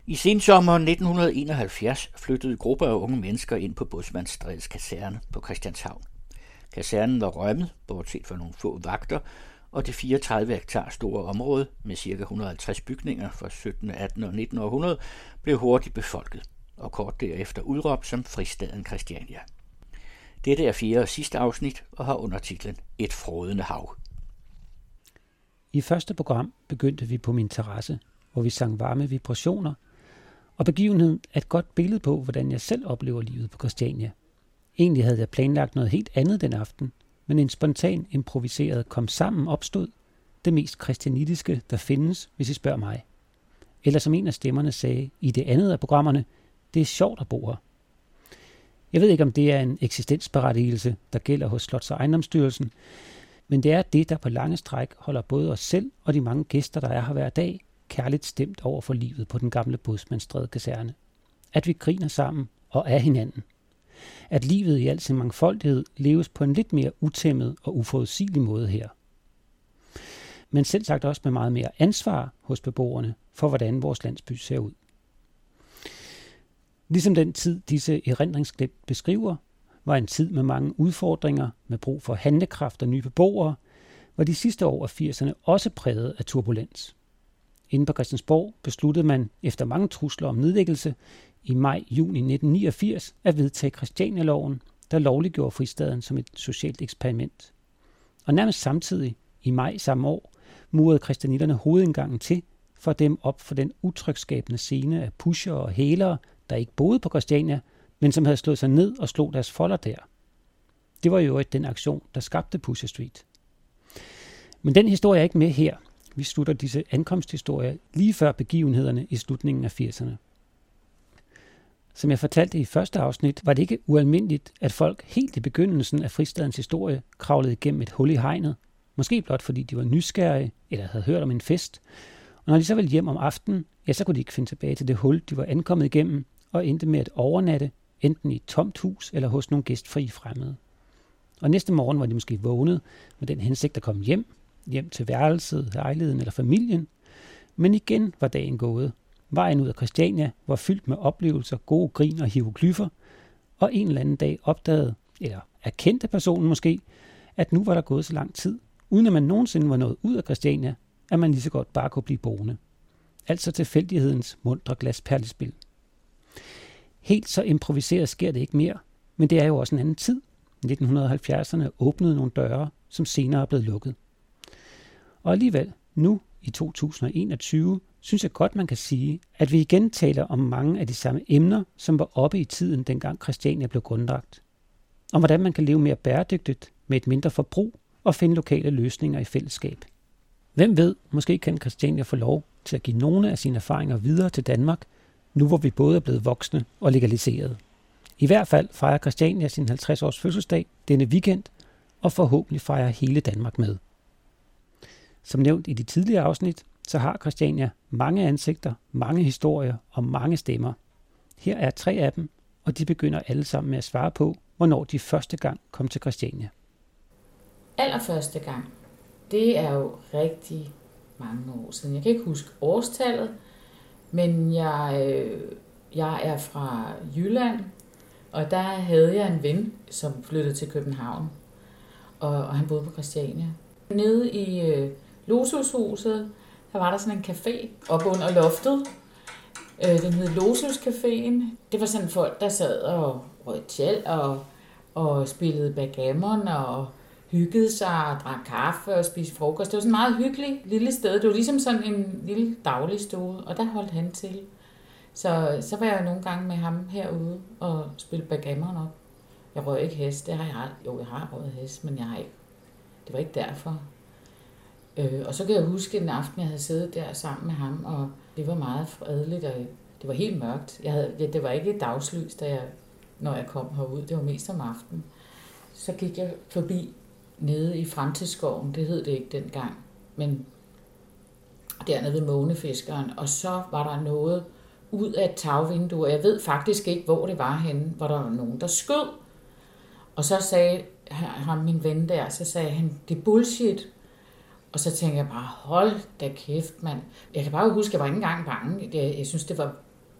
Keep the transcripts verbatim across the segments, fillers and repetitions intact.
I sensommeren nitten enoghalvfjerds flyttede grupper af unge mennesker ind på Bådsmandsstrædes kaserne på Christianshavn. Kasernen var rømmet, bortset fra nogle få vagter, og det fireogtredive hektar store område med ca. et hundrede og halvtreds bygninger fra syttende, attende og nittende århundrede blev hurtigt befolket, og kort derefter udråbt som fristaden Christiania. Dette er fjerde og sidste afsnit og har undertitlen Et frådende hav. I første program begyndte vi på min terrasse, hvor vi sang varme vibrationer, og begivenheden er et godt billede på, hvordan jeg selv oplever livet på Christiania. Egentlig havde jeg planlagt noget helt andet den aften, men en spontan improviseret kom sammen opstod, det mest christianitiske, der findes, hvis I spørger mig. Eller som en af stemmerne sagde i det andet af programmerne, det er sjovt at bo her. Jeg ved ikke, om det er en eksistensberettigelse, der gælder hos Slots- og Ejendomsstyrelsen, men det er det, der på lange stræk holder både os selv og de mange gæster, der er her hver dag, kærligt stemt over for livet på den gamle Bådsmandsstræde kaserne. At vi griner sammen og af hinanden. At livet i al sin mangfoldighed leves på en lidt mere utæmmet og uforudsigelig måde her. Men selv sagt også med meget mere ansvar hos beboerne for, hvordan vores landsby ser ud. Ligesom den tid, disse erindringsklip beskriver, var en tid med mange udfordringer, med brug for handlekraft og nye beboere, var de sidste år af firserne også præget af turbulens. Inde på Christiansborg besluttede man efter mange trusler om nedlæggelse i maj-juni nitten niogfirs at vedtage Christiania-loven, der lovliggjorde fristaden som et socialt eksperiment. Og nærmest samtidig, i maj samme år, murede christianitterne hovedindgangen til for dem op for den utrygsskabende scene af pusher og hælere, der ikke boede på Christiania, men som havde slået sig ned og slog deres folder der. Det var jo den aktion, der skabte Pusher Street. Men den historie er ikke med her. Vi slutter disse ankomsthistorier lige før begivenhederne i slutningen af firserne. Som jeg fortalte i første afsnit, var det ikke ualmindeligt, at folk helt i begyndelsen af fristadens historie kravlede igennem et hul i hegnet. Måske blot fordi de var nysgerrige eller havde hørt om en fest. Og når de så ville hjem om aftenen, ja, så kunne de ikke finde tilbage til det hul, de var ankommet igennem, og endte med at overnatte, enten i et tomt hus eller hos nogle gæstfrie fremmede. Og næste morgen var de måske vågnet med den hensigt at komme hjem, hjem til værelset, lejligheden eller familien. Men igen var dagen gået. Vejen ud af Christiania var fyldt med oplevelser, gode grin og hieroglyffer, og en eller anden dag opdagede, eller erkendte personen måske, at nu var der gået så lang tid, uden at man nogensinde var nået ud af Christiania, at man lige så godt bare kunne blive boende. Altså tilfældighedens mundre glasperlespil. Helt så improviseret sker det ikke mere, men det er jo også en anden tid. nitten halvfjerdserne åbnede nogle døre, som senere er blevet lukket. Og alligevel, nu i to tusind og enogtyve, synes jeg godt, man kan sige, at vi igen taler om mange af de samme emner, som var oppe i tiden, dengang Christiania blev grundlagt. Om hvordan man kan leve mere bæredygtigt med et mindre forbrug og finde lokale løsninger i fællesskab. Hvem ved, måske kan Christiania få lov til at give nogle af sine erfaringer videre til Danmark, nu hvor vi både er blevet voksne og legaliserede. I hvert fald fejrer Christiania sin halvtreds års fødselsdag denne weekend, og forhåbentlig fejrer hele Danmark med. Som nævnt i de tidligere afsnit, så har Christiania mange ansigter, mange historier og mange stemmer. Her er tre af dem, og de begynder alle sammen med at svare på, hvornår de første gang kom til Christiania. Allerførste gang, det er jo rigtig mange år siden. Jeg kan ikke huske årstallet, men jeg, øh, jeg er fra Jylland, og der havde jeg en ven, som flyttede til København, og, og han boede på Christiania. Nede i øh, Lotushuset, der var der sådan en café op under loftet. Øh, den hed Lotuscaféen. Det var sådan folk, der sad og røg tjæl og, og spillede backgammon og hyggede sig og drak kaffe og spiste frokost. Det var sådan et meget hyggeligt lille sted. Det var ligesom sådan en lille dagligstue, og der holdt han til. Så, så var jeg nogle gange med ham herude og spille backgammon op. Jeg røg ikke hest, det har jeg aldrig. Jo, jeg har røget hest, men jeg har ikke. Det var ikke derfor. Øh, og så kan jeg huske en aften, jeg havde siddet der sammen med ham, og det var meget fredeligt, og det var helt mørkt. Jeg havde, ja, det var ikke dagslys, da jeg, når jeg kom herud. Det var mest om aftenen. Så gik jeg forbi nede i Fremtidsskoven, det hed det ikke dengang, men dernede ved Månefiskeren, og så var der noget ud af et tagvindue, og jeg ved faktisk ikke, hvor det var henne, hvor der var nogen, der skød. Og så sagde ham, min ven der, så sagde han, det er bullshit. Og så tænkte jeg bare, hold da kæft, mand. Jeg kan bare huske, at jeg var ikke engang bange. Jeg, jeg synes, det var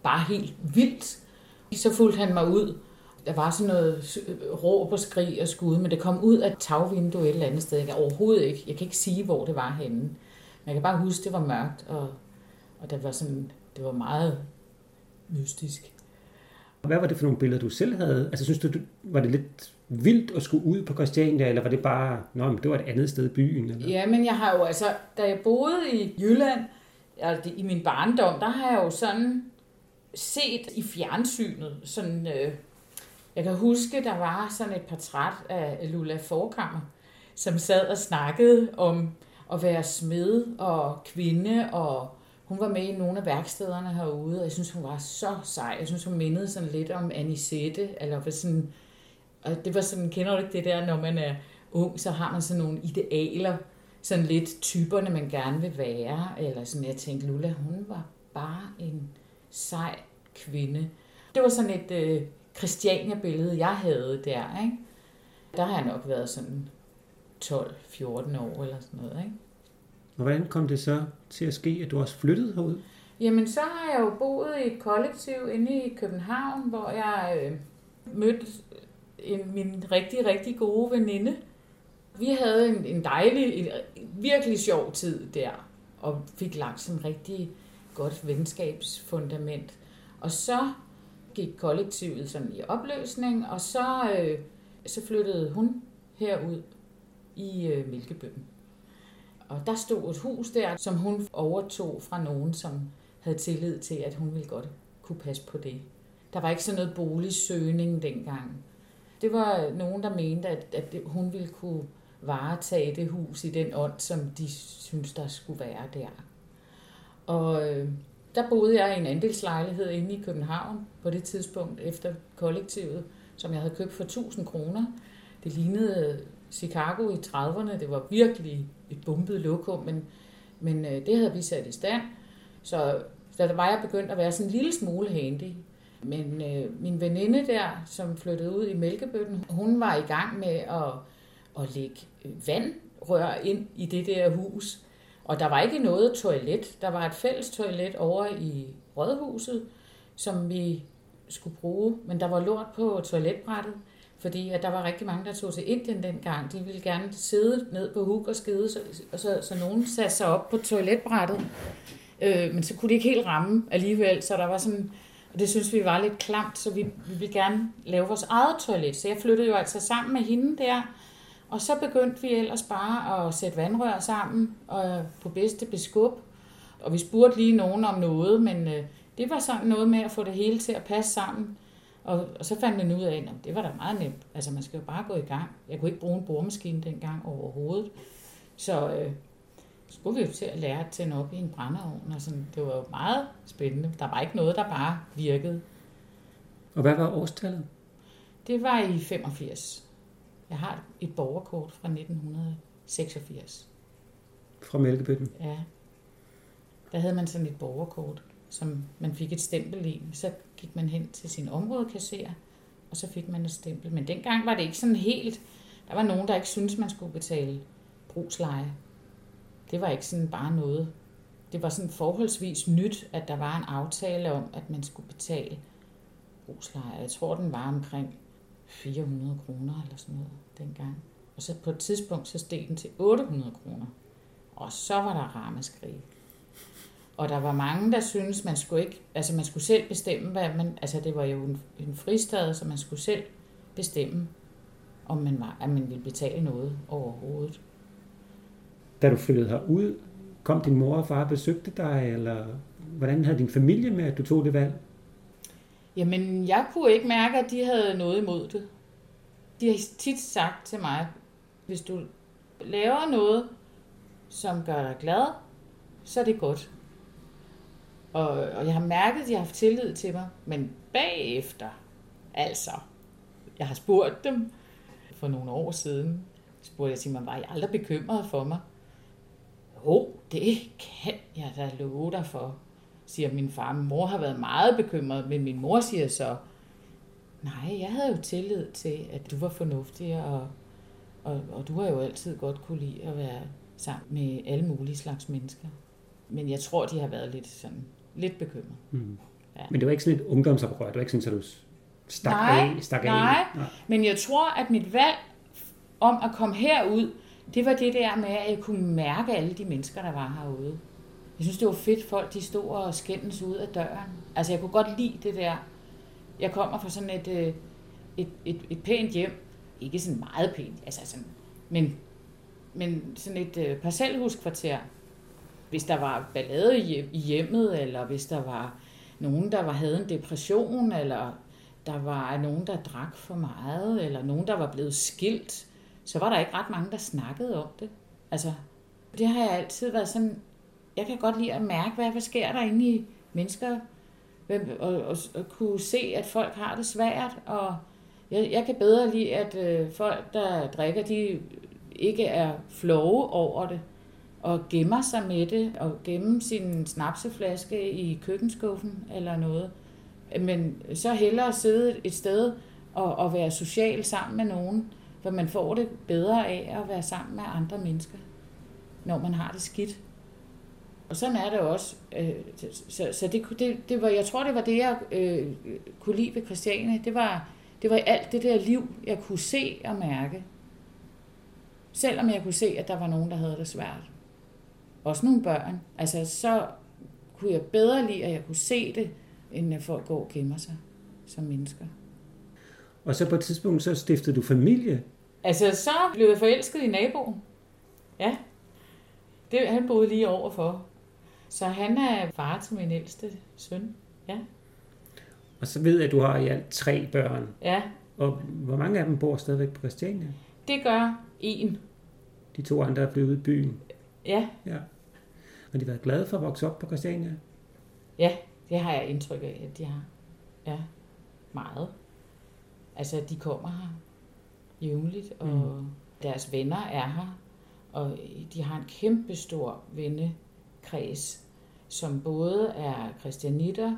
bare helt vildt. Så fulgte han mig ud. Der var sådan noget råb og skrig og skud, men det kom ud af et tagvindue et eller andet sted. Jeg kan overhovedet ikke, jeg kan ikke sige, hvor det var henne. Men jeg kan bare huske, det var mørkt, og, og det var sådan, det var meget mystisk. Hvad var det for nogle billeder, du selv havde? Altså, synes du, var det lidt vildt at skulle ud på Christiania, eller var det bare, nå, men det var et andet sted i byen? Eller? Ja, men jeg har jo altså, da jeg boede i Jylland, altså i min barndom, der har jeg jo sådan set i fjernsynet, sådan, øh, jeg kan huske, der var sådan et portræt af Lula Forkammer, som sad og snakkede om at være smed og kvinde, og hun var med i nogle af værkstederne herude, og jeg synes, hun var så sej. Jeg synes, hun mindede sådan lidt om Anisette, eller sådan, og det var sådan, kender du ikke det der, når man er ung, så har man sådan nogle idealer, sådan lidt typerne, man gerne vil være, eller sådan, jeg tænkte, Lula, hun var bare en sej kvinde. Det var sådan et øh, Christiania-billede, jeg havde der, ikke? Der har jeg nok været sådan tolv fjorten år, eller sådan noget, ikke? Og hvordan kom det så til at ske, at du også flyttede herud? Jamen, så har jeg jo boet i et kollektiv inde i København, hvor jeg øh, mødte en, min rigtig, rigtig gode veninde. Vi havde en, en dejlig, en virkelig sjov tid der, og fik lagt sådan en rigtig godt venskabsfundament. Og så gik kollektivet sådan i opløsning, og så, øh, så flyttede hun herud i øh, Mælkebøtten. Og der stod et hus der, som hun overtog fra nogen, som havde tillid til, at hun ville godt kunne passe på det. Der var ikke sådan noget boligsøgning dengang. Det var nogen, der mente, at, at hun ville kunne varetage det hus i den ånd, som de syntes, der skulle være der. Og øh, der boede jeg i en andelslejlighed inde i København på det tidspunkt efter kollektivet, som jeg havde købt for tusind kroner. Det lignede Chicago i trediverne. Det var virkelig et bumpet lokum, men, men øh, det havde vi sat i stand. Så, så der var jeg begyndt at være sådan en lille smule handy. Men øh, min veninde der, som flyttede ud i Mælkebøtten, hun var i gang med at, at lægge vandrør ind i det der hus. Og der var ikke noget toilet. Der var et fælles toilet over i Rådhuset, som vi skulle bruge. Men der var lort på toiletbrættet, fordi at der var rigtig mange, der tog til Indien dengang. De ville gerne sidde ned på huk og skide, så, så, så nogen satte sig op på toiletbrættet. Øh, men så kunne de ikke helt ramme alligevel, så der var sådan... Og det synes vi var lidt klamt, så vi, vi ville gerne lave vores eget toilet. Så jeg flyttede jo altså sammen med hende der, og så begyndte vi ellers bare at sætte vandrør sammen og på bedste beskub. Og vi spurgte lige nogen om noget, men øh, det var sådan noget med at få det hele til at passe sammen. Og, og så fandt man ud af, at det var da meget nemt. Altså man skal jo bare gå i gang. Jeg kunne ikke bruge en boremaskine dengang overhovedet. Så øh, skulle vi jo til at lære at tænde op i en brændeovn. Og sådan. Det var jo meget spændende. Der var ikke noget, der bare virkede. Og hvad var årstallet? Det var i femogfirs. Jeg har et borgerkort fra nitten seksogfirs. Fra Mælkebøtten? Ja. Der havde man sådan et borgerkort, som man fik et stempel i. Så gik man hen til sin områdekasserer, og så fik man et stempel. Men dengang var det ikke sådan helt... Der var nogen, der ikke syntes, man skulle betale brugsleje. Det var ikke sådan bare noget. Det var sådan forholdsvis nyt, at der var en aftale om, at man skulle betale brugsleje. Jeg tror, den var omkring fire hundrede kroner eller sådan noget dengang. Og så på et tidspunkt, så steg den til otte hundrede kroner. Og så var der ramaskrig. Og der var mange, der syntes, man skulle ikke, altså man skulle selv bestemme, hvad man, altså det var jo en, en fristad, så man skulle selv bestemme, om man var, at man ville betale noget overhovedet. Da du flyttede herud, kom din mor og far og besøgte dig, eller hvordan havde din familie med, at du tog det valg? Jamen, jeg kunne ikke mærke, at de havde noget imod det. De har tit sagt til mig, hvis du laver noget, som gør dig glad, så er det godt. Og, og jeg har mærket, at de har haft tillid til mig, men bagefter, altså, jeg har spurgt dem for nogle år siden, spurgte jeg til mig, var I aldrig bekymret for mig? Jo, det kan jeg da love dig for, siger min far. Min mor har været meget bekymret, men min mor siger så, nej, jeg havde jo tillid til, at du var fornuftig, og, og, og du har jo altid godt kunne lide at være sammen med alle mulige slags mennesker. Men jeg tror, de har været lidt sådan, lidt bekymret. Mm. Ja. Ja. Men det var ikke sådan et ungdomsoprør, det var ikke sådan, at du stak nej, af, stak nej. af? Nej, men jeg tror, at mit valg om at komme herud, det var det der med, at jeg kunne mærke alle de mennesker, der var herude. Jeg synes, det var fedt, folk de stod og skændes ud af døren. Altså, jeg kunne godt lide det der. Jeg kommer fra sådan et, et, et, et pænt hjem. Ikke sådan meget pænt, altså sådan, men, men sådan et parcelhuskvarter. Hvis der var ballade i hjemmet, eller hvis der var nogen, der var, havde en depression, eller der var nogen, der drak for meget, eller nogen, der var blevet skilt, så var der ikke ret mange, der snakkede om det. Altså, det har jeg altid været sådan, jeg kan godt lide at mærke, hvad, hvad sker der inde i mennesker, og, og, og kunne se, at folk har det svært, og jeg, jeg kan bedre lide, at øh, folk, der drikker, de ikke er flove over det, og gemmer sig med det, og gemmer sin snapseflaske i køkkenskuffen eller noget. Men så hellere sidde et sted og, og være social sammen med nogen, for man får det bedre af at være sammen med andre mennesker, når man har det skidt. Og sådan er det også. Så, så det, det, det var, jeg tror, det var det, jeg øh, kunne lide ved Christiania. Det var, det var alt det der liv, jeg kunne se og mærke. Selvom jeg kunne se, at der var nogen, der havde det svært. Også nogle børn. Altså, så kunne jeg bedre lide, at jeg kunne se det, end at folk går og gemmer sig som mennesker. Og så på et tidspunkt, så stiftede du familie? Altså, så blev jeg forelsket i naboen. Ja. Det, han boede lige overfor. Så han er far til min ældste søn. Ja. Og så ved jeg, at du har i alt tre børn. Ja. Og hvor mange af dem bor stadigvæk på Christiania? Det gør en. De to andre er blevet ude i byen? Ja. Ja. Har de været glade for at vokse op på Christiania? Ja, det har jeg indtryk af, at de har. Ja, meget. Altså, de kommer her jævnligt, og mm. deres venner er her. Og de har en kæmpe stor vennekreds, som både er christianitter,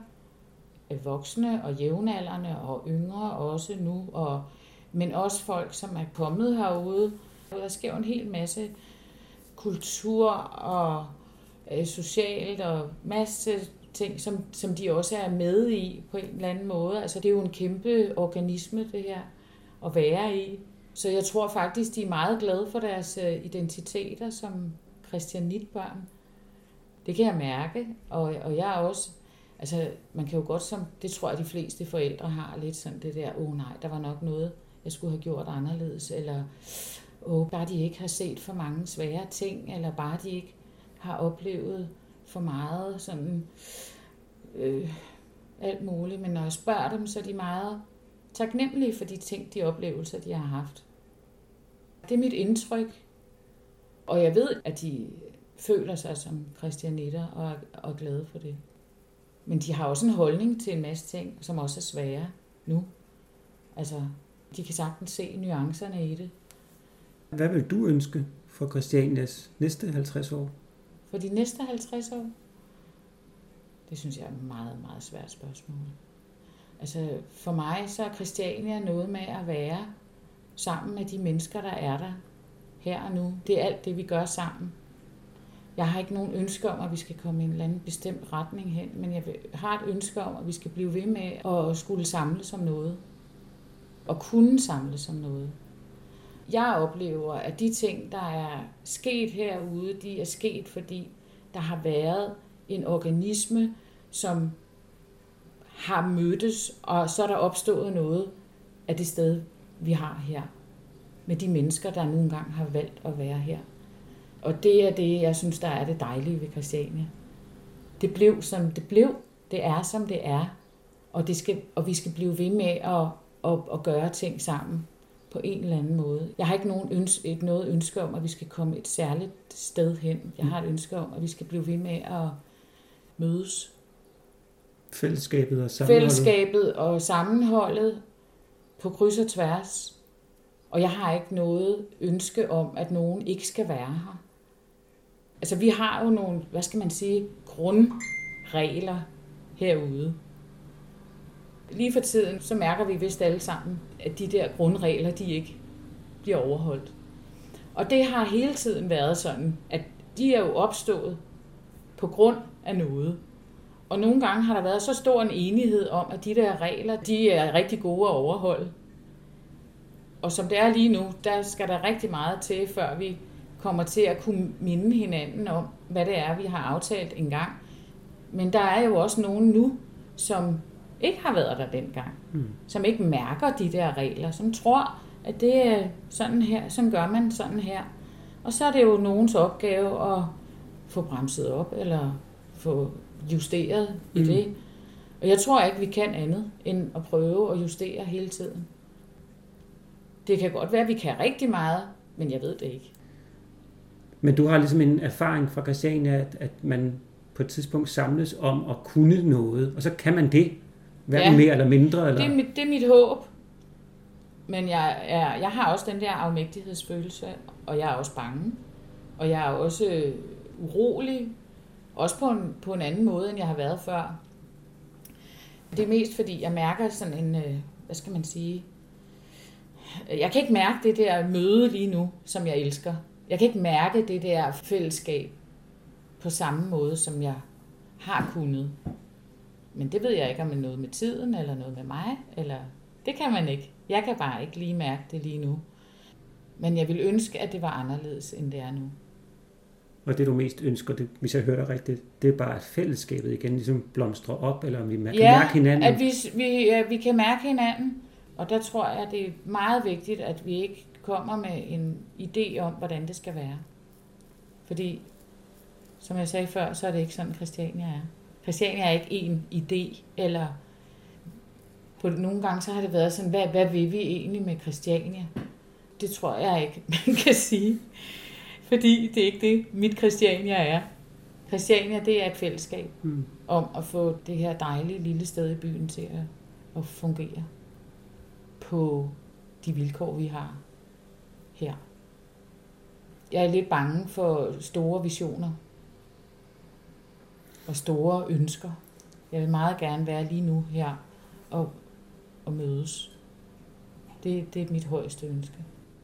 voksne og jævnaldrende og yngre også nu, og, men også folk, som er kommet herude. Der sker en hel masse kultur og øh, socialt og masse ting, som, som de også er med i på en eller anden måde. Altså det er jo en kæmpe organisme, det her, at være i. Så jeg tror faktisk, de er meget glade for deres identiteter som christianitbørn. Det kan jeg mærke, og, og jeg er også, altså man kan jo godt som, det tror jeg de fleste forældre har lidt sådan det der, åh oh, nej, der var nok noget, jeg skulle have gjort anderledes, eller åh, oh, bare de ikke har set for mange svære ting, eller bare de ikke har oplevet for meget sådan øh, alt muligt. Men når jeg spørger dem, så er de meget taknemmelige for de ting, de oplevelser, de har haft. Det er mit indtryk, og jeg ved, at de føler sig som christianitter og er, og er glade for det. Men de har også en holdning til en masse ting, som også er svære nu. Altså, de kan sagtens se nuancerne i det. Hvad vil du ønske for Christianias næste halvtreds år? For de næste halvtreds år? Det synes jeg er et meget, meget svært spørgsmål. Altså, for mig så er Christiania noget med at være sammen med de mennesker, der er der her og nu. Det er alt det, vi gør sammen. Jeg har ikke nogen ønske om, at vi skal komme i en eller anden bestemt retning hen, men jeg har et ønske om, at vi skal blive ved med at skulle samles om noget. Og kunne samles om noget. Jeg oplever, at de ting, der er sket herude, de er sket, fordi der har været en organisme, som har mødtes, og så er der opstået noget af det sted, vi har her. Med de mennesker, der nu engang har valgt at være her. Og det er det, jeg synes, der er det dejlige ved Christiania. Det blev, som det blev. Det er, som det er. Og, det skal, og vi skal blive ved med at, at, at gøre ting sammen på en eller anden måde. Jeg har ikke, nogen ønske, ikke noget ønske om, at vi skal komme et særligt sted hen. Jeg har et ønske om, at vi skal blive ved med at mødes. Fællesskabet og sammenholdet. Fællesskabet og sammenholdet på kryds og tværs. Og jeg har ikke noget ønske om, at nogen ikke skal være her. Altså vi har jo nogle, hvad skal man sige, grundregler herude. Lige for tiden, så mærker vi vist alle sammen, at de der grundregler, de ikke bliver overholdt. Og det har hele tiden været sådan, at de er jo opstået på grund af noget. Og nogle gange har der været så stor en enighed om, at de der regler, de er rigtig gode at overholde. Og som det er lige nu, der skal der rigtig meget til, før vi kommer til at kunne minde hinanden om, hvad det er, vi har aftalt engang. Men der er jo også nogen nu, som ikke har været der dengang. Mm. Som ikke mærker de der regler, som tror, at det er sådan her, sådan gør man sådan her. Og så er det jo nogens opgave at få bremset op, eller få justeret mm. i det. Og jeg tror ikke, vi kan andet, end at prøve at justere hele tiden. Det kan godt være, at vi kan rigtig meget, men jeg ved det ikke. Men du har ligesom en erfaring fra Christiania, at, at man på et tidspunkt samles om at kunne noget, og så kan man det, hverken ja, mere eller mindre? Eller? Det, er mit, det er mit håb. Men jeg, er, jeg har også den der afmægtighedsfølelse, og jeg er også bange. Og jeg er også øh, urolig, også på en, på en anden måde, end jeg har været før. Det er mest fordi, jeg mærker sådan en, øh, hvad skal man sige, jeg kan ikke mærke det der møde lige nu, som jeg elsker. Jeg kan ikke mærke det der fællesskab på samme måde, som jeg har kunnet. Men det ved jeg ikke, om det er noget med tiden, eller noget med mig, eller det kan man ikke. Jeg kan bare ikke lige mærke det lige nu. Men jeg vil ønske, at det var anderledes, end det er nu. Og det du mest ønsker, det, hvis jeg hører dig rigtigt, det er bare, at fællesskabet igen ligesom blomstrer op, eller om vi kan ja, mærke hinanden? at vi, vi, vi kan mærke hinanden. Og der tror jeg, at det er meget vigtigt, at vi ikke kommer med en idé om, hvordan det skal være. Fordi, som jeg sagde før, så er det ikke sådan, Christiania er. Christiania er ikke en idé, eller på nogle gange så har det været sådan, hvad, hvad vil vi egentlig med Christiania? Det tror jeg ikke, man kan sige. Fordi det er ikke det, mit Christiania er. Christiania, det er et fællesskab mm. om at få det her dejlige lille sted i byen til at, at fungere på de vilkår, vi har her. Jeg er lidt bange for store visioner og store ønsker. Jeg vil meget gerne være lige nu her og, og mødes. Det, det er mit højeste ønske.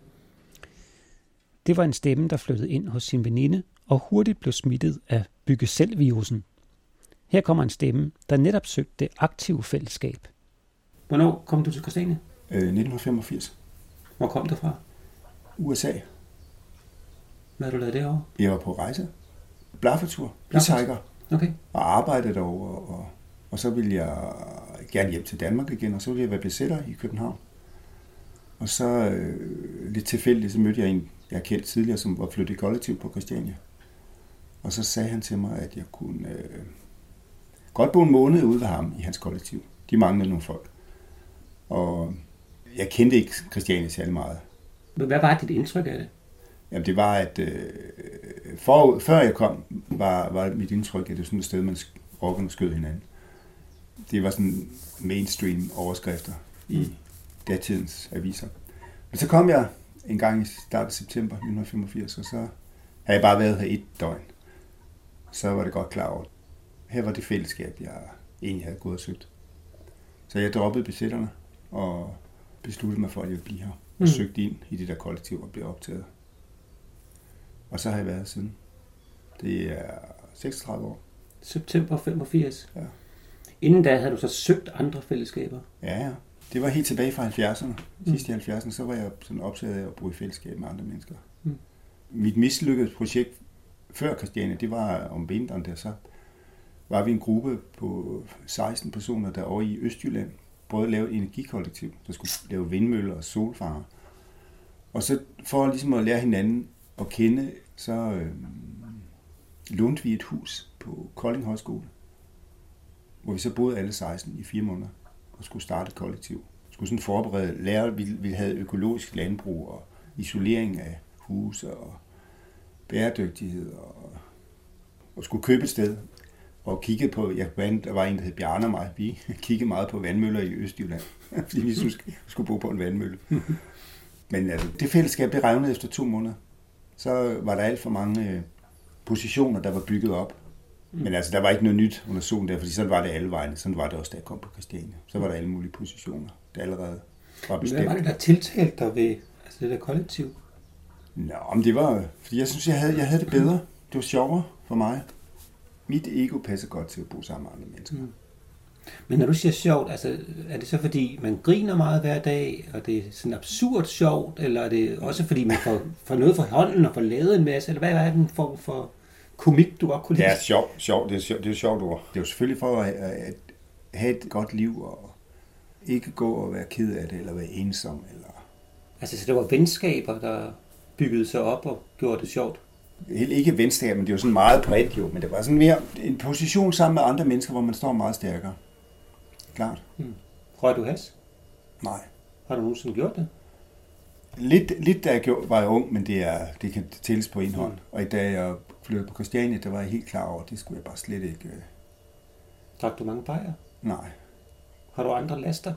Det var en stemme, der flyttede ind hos sin veninde og hurtigt blev smittet af bygge selv-virusen. Her kommer en stemme, der netop søgte det aktive fællesskab. Hvornår kom du til Christiania? Øh, nitten femogfirs. Hvor kom du fra? U S A. Hvad har du lavet derovre? Jeg var på rejse. Blaffertur. Hitchhiker. Okay. Og arbejdede derovre. Og, og så ville jeg gerne hjem til Danmark igen, og så ville jeg være besætter i København. Og så øh, lidt tilfældigt, så mødte jeg en, jeg kendt tidligere, som var flyttet i kollektiv på Christiania. Og så sagde han til mig, at jeg kunne øh, godt bo en måned ude ved ham i hans kollektiv. De manglede nogle folk. Og jeg kendte ikke Christiania særlig meget. Hvad var dit indtryk af det? Jamen det var, at øh, for, før jeg kom, var, var mit indtryk, at det var sådan et sted, man rockerne skød hinanden. Det var sådan mainstream overskrifter i mm. datidens aviser. Men så kom jeg en gang i starten af september nitten femogfirs, og så havde jeg bare været her et døgn. Så var det godt klar over. Her var det fællesskab, jeg egentlig havde gået og søgt. Så jeg droppede besætterne og besluttede mig for, at jeg ville blive her. Og mm. søgte ind i det der kollektiv og blev optaget. Og så har jeg været siden. Det er seksogtredive år. September femogfirs? Ja. Inden da havde du så søgt andre fællesskaber? Ja, ja. Det var helt tilbage fra halvfjerdserne. Mm. Sidst i halvfjerdserne, så var jeg sådan optaget af at bo i fællesskab med andre mennesker. Mm. Mit mislykkede projekt før Christiania, det var om vinteren der, så var vi en gruppe på seksten personer derovre i Østjylland, både lavede et energikollektiv, der skulle lave vindmøller og solfanger. Og så for ligesom at lære hinanden at kende, så øh, lånte vi et hus på Kolding Højskole, hvor vi så boede alle seksten i fire måneder og skulle starte et kollektiv. Skulle sådan forberede, lære, vi, vi havde økologisk landbrug og isolering af huse og bæredygtighed og, og skulle købe et sted. Og kiggede på, ja, der var en, der hed Bjarne og mig, vi kiggede meget på vandmøller i Østjylland, fordi vi skulle, skulle bo på en vandmølle. Men altså, det fællesskab, det revnede efter to måneder. Så var der alt for mange øh, positioner, der var bygget op. Mm. Men altså, der var ikke noget nyt under solen der, fordi sådan var det alle vegne. Sådan var det også, da jeg kom på Christiania. Så var der alle mulige positioner, der allerede var bestemt. Hvad var det, der tiltalte dig ved altså det der kollektiv? Nå, men det var, fordi jeg synes, jeg havde, jeg havde det bedre. Det var sjovere for mig. mit ego passer godt til at bo sammen med andre mennesker. Mm. Men når du siger sjovt, altså, er det så fordi, man griner meget hver dag, og det er sådan absurd sjovt, eller er det også fordi, man får, får noget fra hånden og får lavet en masse, eller hvad er den form for komik, du godt kunne lide? Det er sjovt, sjovt. Det er sjovt, det er et sjovt ord. Det er jo selvfølgelig for at, at have et godt liv, og ikke gå og være ked af det, eller være ensom. Eller... Altså, så det var venskaber, der byggede sig op og gjorde det sjovt? Helt ikke venskaber, men det er jo sådan meget bredt jo, men det var sådan mere en position sammen med andre mennesker, hvor man står meget stærkere. Klart. Hmm. Røg du has? Nej. Har du nogensinde gjort det? Lidt, lidt da jeg gjorde, var jeg ung, men det, er, det kan tælles på en hånd. Mm. Og da jeg flyttede på Christiania, der var jeg helt klar over, det skulle jeg bare slet ikke... Øh... Drak du mange bajer? Nej. Har du andre laster?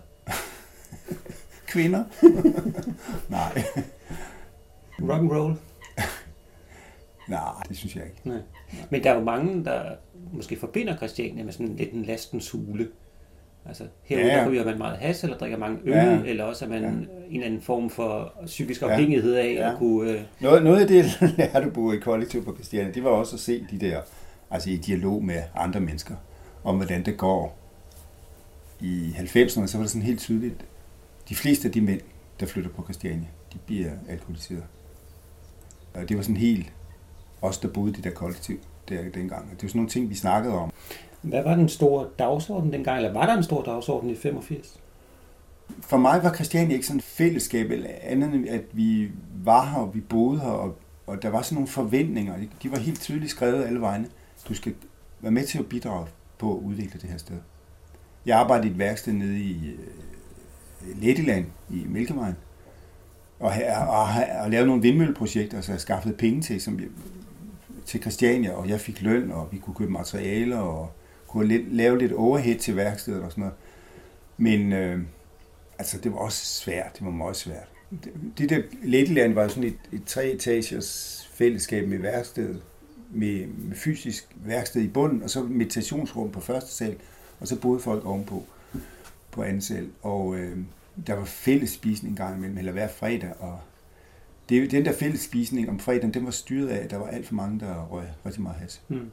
Kvinder? Nej. Rock and roll? Nej, det synes jeg ikke. Nej. Men der er jo mange, der måske forbinder Christiania med sådan lidt en lastens hule. Altså herude ja, ja. ryger man meget has, eller drikker mange øl, ja. eller også er man ja. en eller anden form for psykisk afhængighed af ja. at kunne... Øh... Noget, noget af det, der du boede i kollektiv på Christiania, det var også at se de der, altså i dialog med andre mennesker, om hvordan det går. I halvfemserne, så var det sådan helt tydeligt, de fleste af de mænd, der flytter på Christiania, de bliver alkoholiseret. Og det var sådan helt, os der boede i det der kollektiv der dengang. Det var sådan nogle ting, vi snakkede om. Hvad var den store dagsorden dengang, eller var der en stor dagsorden i femogfirs? For mig var Christiania ikke sådan et fællesskab, eller andet end at vi var her, og vi boede her, og, og der var sådan nogle forventninger. De var helt tydeligt skrevet alle vegne. Du skal være med til at bidrage på at udvikle det her sted. Jeg arbejdede i et værksted nede i uh, Lettiland, i Mælkevejen, og, og, og, og lavede nogle vindmølleprojekter, så jeg skaffede penge til, som jeg, til Christiania, og jeg fik løn, og vi kunne købe materialer, og kunne lave lidt overhead til værkstedet og sådan noget. Men øh, altså, det var også svært. Det var meget svært. Det, det der Lettiland var sådan et, et tre-etagers fællesskab med værkstedet, med, med fysisk værksted i bunden, og så meditationsrum på første sal, og så boede folk ovenpå på anden sal. Og øh, der var fælles spisning en gang imellem, eller hver fredag, og det, den der fælles spisning om fredagen, den var styret af, at der var alt for mange, der røg rigtig meget has. Mm.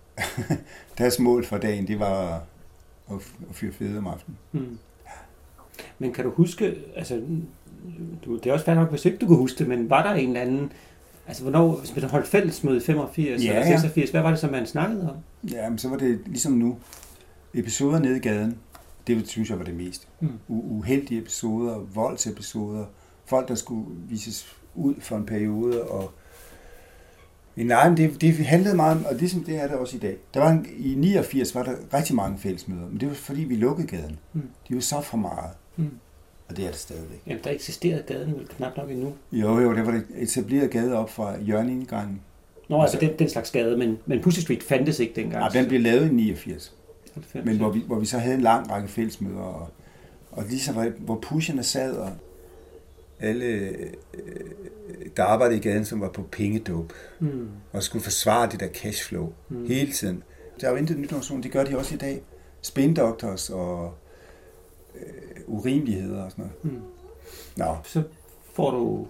Deres mål for dagen, det var at, at fyre fede om aftenen. Mm. Ja. Men kan du huske, altså, du, det er også fair nok, hvis ikke du kunne huske det, men var der en eller anden, altså hvornår, hvis man holdt fællesmøde i femogfirs ja, eller seksogfirs, hvad var det så, man snakkede om? Ja, men så var det ligesom nu. Episoder nede i gaden, det synes jeg var det mest. Mm. U- uheldige episoder, voldsepisoder, folk, der skulle vises ud for en periode, og nej, men det, det handlede meget om, og ligesom det er det også i dag. Der var en, i niogfirs var der rigtig mange fællesmøder, men det var fordi, vi lukkede gaden. Mm. De var så for meget, mm. og det er det stadigvæk. Jamen, der eksisterede gaden vel knap nok endnu? Jo, jo, der var det etableret gade op fra hjørneindgangen. Nå, altså, altså den, den slags gade, men, men Pussy Street fandtes ikke dengang? Nej, den blev lavet i niogfirs. halvfems, men hvor vi, hvor vi så havde en lang række fællesmøder, og, og ligesom hvor pusherne sad, og alle, der arbejdede i gaden, som var på pengedåb, mm. og skulle forsvare det der cashflow mm. hele tiden. Der er jo intet nyt noget, det gør de også i dag. Spindoctors og øh, urimeligheder og sådan noget. Mm. Nå. Så får du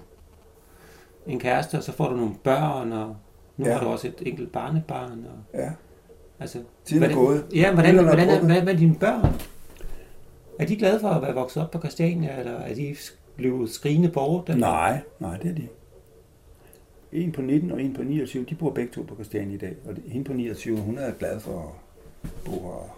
en kæreste, og så får du nogle børn, og nu ja. har du også et enkelt barnebarn. Og, ja. Altså, tiden er gået. Ja, hvordan, hvordan, hvordan er, hvad, hvad er dine børn? Er de glade for at være vokset op på Christiania, eller er de blevet skrigende bort? Eller? Nej, nej, det er de. En på nitten og en på niogtyve, de bor begge to på Christiania i dag. Og hende på niogtyve, hun er glad for at bo her.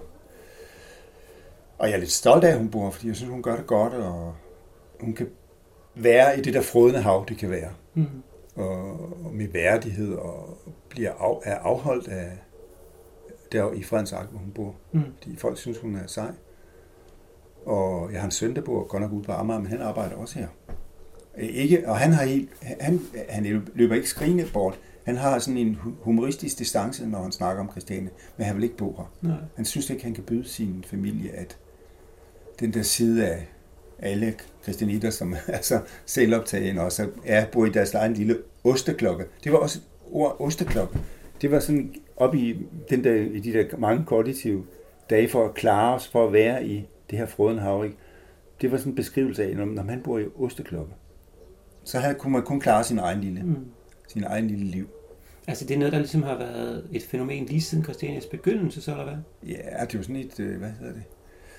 Og jeg er lidt stolt af, at hun bor her, fordi jeg synes, hun gør det godt, og hun kan være i det der frødende hav, det kan være. Mm. Og, og med værdighed, og bliver af, er afholdt af der i Fredens Ark, hvor hun bor. Mm. Fordi folk synes, hun er sej. Og jeg har en søn, der bor godt nok ude på Amager, men han arbejder også her. Ikke, og han har helt, han, han løber ikke skrigende bort. Han har sådan en humoristisk distance, når han snakker om Christiania, men han vil ikke bo her. Nej. Han synes ikke, han kan byde sin familie, at den der side af alle christianitter, som er så selvoptagende, og så er bor i deres egen lille osteklokke. Det var også ord osteklokke. Det var sådan op i, den der, i de der mange kollektive dage for at klare os, for at være i det her frødende hav. Det var sådan en beskrivelse af, når man bor i osteklokke, så havde, kunne man kun klare sin egen lille, mm. sin egen lille liv. Altså det er noget, der ligesom har været et fænomen lige siden Christianias begyndelse, så eller hvad? Ja, det er jo sådan et, hvad hedder det?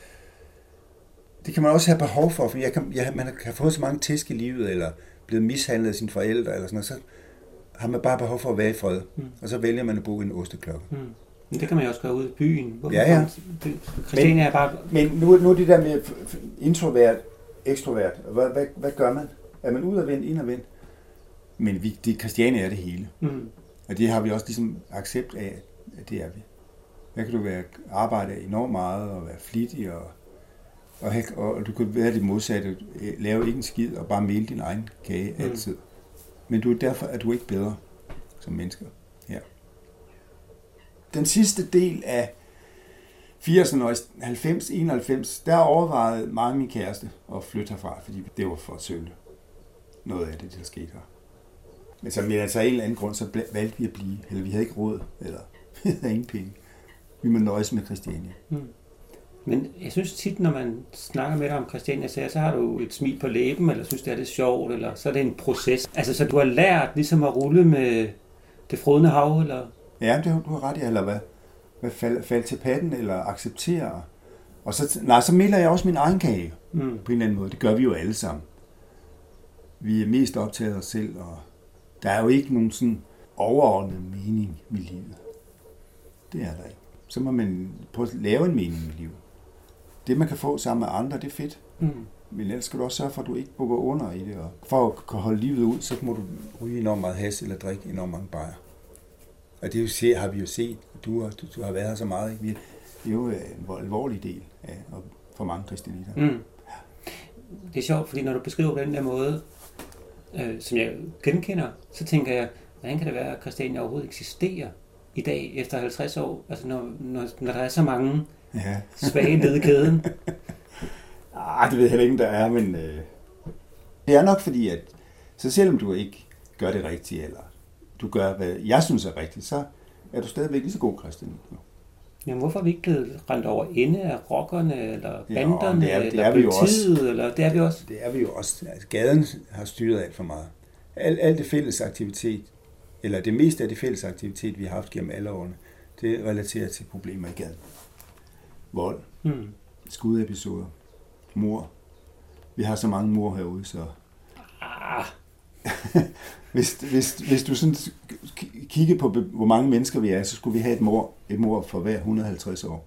Det kan man også have behov for, for jeg kan, jeg, man kan få så mange tæsk i livet, eller blevet mishandlet af sine forældre, eller sådan noget, så har man bare behov for at være i fred. Mm. Og så vælger man at bo i en osteklokke. Mm. Men det kan man jo også gøre ude i byen. Hvorfor ja, ja. Christiania er bare... Men nu, nu er det der med introvert, ekstrovert. Hvad, hvad, hvad gør man? Er man udadvendt, indadvendt? Men vi, det, Christiania er det hele. Mm. Og det har vi også ligesom accept af, at det er vi. Der kan du være, arbejde enormt meget, og være flittig, og, og, og, og du kan være det modsatte. Lave ikke en skid, og bare male din egen kage mm. altid. Men du, derfor er du ikke bedre som mennesker. Ja. Den sidste del af firserne og halvfems enoghalvfems, der overvejede mange min kæreste at flytte herfra, fordi det var for sølle. Noget af det, der skete her. Men så med altså en eller anden grund, så valgte vi at blive, eller vi havde ikke råd, eller vi havde ingen penge. Vi må nøjes med Christiania. Mm. Men jeg synes tit, når man snakker med dig om Christiania, så har du et smil på læben, eller synes, det er det sjovt, eller så er det en proces. Altså, så du har lært ligesom at rulle med det frodende hav, eller? Ja, det har du har ret i, eller hvad? Hvad falde fald til patten, eller acceptere. Og så, nej, så melder jeg også min egen kage, mm. på en eller anden måde. Det gør vi jo alle sammen. Vi er mest optaget af os selv, og der er jo ikke nogen sådan overordnet mening med livet. Det er der ikke. Så må man prøve at lave en mening med livet. Det, man kan få sammen med andre, det er fedt. Mm. Men ellers skal du også sørge for, at du ikke bukker under i det. Og for at kunne holde livet ud, så må du ryge enormt meget has eller drikke enormt mange bajer. Og det har vi jo set. Du har, du, du har været her så meget. Ikke? Det er jo en alvorlig del af for mange kristianitter. Mm. Det er sjovt, fordi når du beskriver på den der måde, øh, som jeg genkender, så tænker jeg, hvordan kan det være, at Christiania overhovedet eksisterer i dag efter halvtreds år? Altså når, når, når der er så mange ja. svage nede i kæden. Ah, det ved jeg heller ikke, der er, men øh, det er nok fordi, at så selvom du ikke gør det rigtigt, eller du gør, hvad jeg synes er rigtigt, så er du stadigvæk lige så god kristen. Jamen, hvorfor er vi ikke blevet rendt over ende af rockerne, eller banderne, ja, det er, det eller er politiet, eller det er vi også? Det er vi jo også. Altså, gaden har styret alt for meget. Alt, alt det fælles aktivitet, eller det meste af det fælles aktivitet, vi har haft gennem alle årene, det relaterer til problemer i gaden. Vold, hmm. skudepisoder, mor. Vi har så mange mor herude, så... Ah. hvis, hvis, hvis du sådan kigger på, hvor mange mennesker vi er, så skulle vi have et mor, et mor for hver et hundrede og halvtreds år.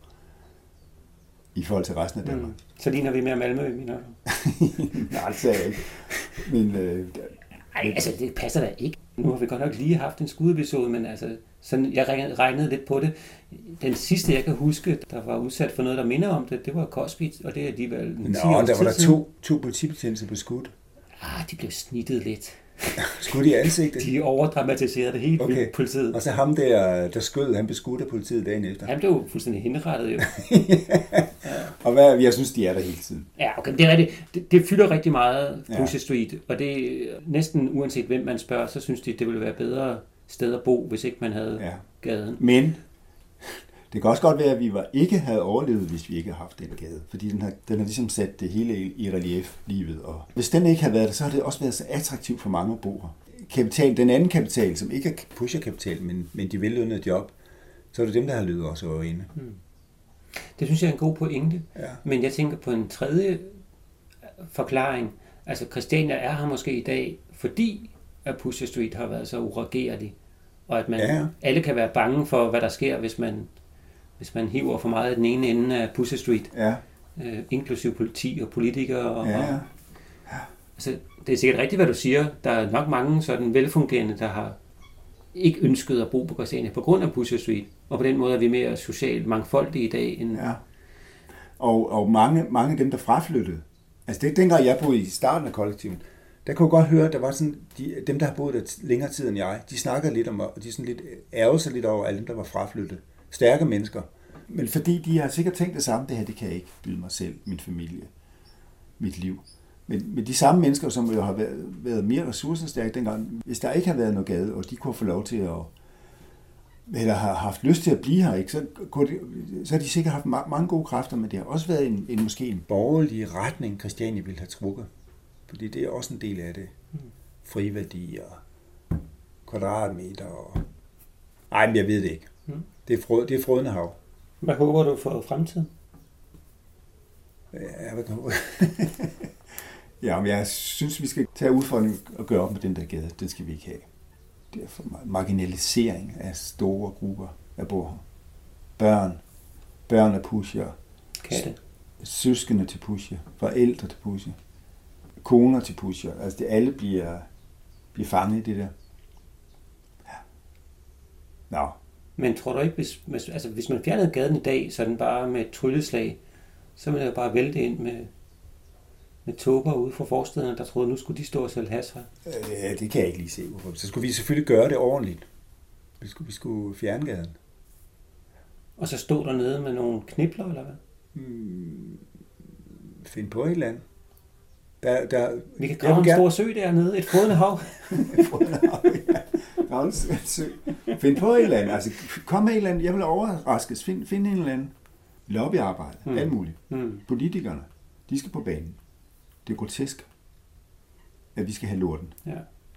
I forhold til resten af Danmark. Mm. Så ligner vi mere Malmø, mener du? Nej, det sagde jeg ikke. Men, øh, Ej, altså det passer da ikke. Nu har vi godt nok lige haft en skudepisode, men altså, sådan, jeg regnede lidt på det. Den sidste, jeg kan huske, der var udsat for noget, der minder om det, det var Cosby, og det er alligevel en ti år. Nå, der var der to, to politibetjente på skud. Ah, de blev snittet lidt. Skudte de i ansigtet? De overdramatiserede det helt okay. vildt, politiet. Og så ham der, der skød, han blev skudt af politiet dagen efter. Han blev fuldstændig henrettet jo. ja. Og hvad, jeg synes, de er der hele tiden. Ja, okay, det er rigtigt. Det, det fylder rigtig meget Pusher Street, og det er næsten uanset hvem man spørger, så synes de, det ville være bedre sted at bo, hvis ikke man havde ja. gaden. Men det kan også godt være, at vi var, ikke havde overlevet, hvis vi ikke havde haft den gade. Fordi den har, den har ligesom sat det hele i relief, livet. Og hvis den ikke havde været der, så har det også været så attraktivt for mange at bo her. Kapital, den anden kapital, som ikke er pusherkapital, men, men de vellønnede job, så er det dem, der har løbet også over inde. Hmm. Det synes jeg er en god pointe. Ja. Men jeg tænker på en tredje forklaring. Altså Christiania er her måske i dag, fordi at Pusher Street har været så uregerlig. Og at man, ja. alle kan være bange for, hvad der sker, hvis man hvis man hiver for meget af den ene ende af Pusher Street, ja. øh, inklusiv politi og politikere. Og, ja. Ja. Altså, det er sikkert rigtigt, hvad du siger. Der er nok mange sådan velfungerende, der har ikke ønsket at bo på Christiania på grund af Pusher Street, og på den måde er vi mere socialt mangfoldige i dag. End... Ja. Og, og mange, mange af dem, der fraflyttede, altså det dengang jeg boede i starten af kollektiven, der kunne jeg godt høre, at der var sådan, de, dem, der har boet der længere tid end jeg, de snakkede lidt om, og de sådan lidt ærgede sig lidt over alle dem, der var fraflyttet. Stærke mennesker. Men fordi de har sikkert tænkt det samme, det her, det kan jeg ikke byde mig selv, min familie, mit liv. Men, men de samme mennesker, som jo har været, været mere ressourcestærke dengang, hvis der ikke har været noget gade, og de kunne få lov til at, eller har haft lyst til at blive her, ikke, så, kunne de, så har de sikkert haft ma- mange gode kræfter, men det har også været en, en måske en borgerlig retning, Christiania ville have trukket. Fordi det er også en del af det. Friværdi og kvadratmeter og Nej, men jeg ved det ikke. Hmm. Det er, frø, det er frødende hav. Hvad håber du for fremtiden? Ja, hvad håber Ja, men jeg synes, vi skal tage udfordringen og gøre op med den der gade. Den skal vi ikke have. Det er for marginalisering af store grupper af borgere. Børn. Børn af pusher. Katte. Søskende til pusher. Forældre til pusher. Koner til pusher. Altså det alle bliver, bliver fanget i det der. Ja. Nå. Men tror du ikke, hvis, altså, hvis man fjernede gaden i dag, så den bare med et trylleslag, så ville det jo bare vælte ind med, med tåber ude fra forstederne, der troede, nu skulle de stå og sælge hash her? Ja, det kan jeg ikke lige se. Så skulle vi selvfølgelig gøre det ordentligt. Vi skulle, vi skulle fjerne gaden. Og så stå dernede med nogle knibler, eller hvad? Hmm, find på et eller andet. Der, der, vi kan grave en gerne... stor sø dernede, et frødende hav. et frødende hav, ja. Grave en sø. Find på et eller andet. Altså, kom med et eller andet. Jeg vil overraskes. Find, find en eller anden lobbyarbejde. Hmm. Alt muligt. Hmm. Politikerne, de skal på banen. Det er grotesk, at vi skal have lorten. Ja.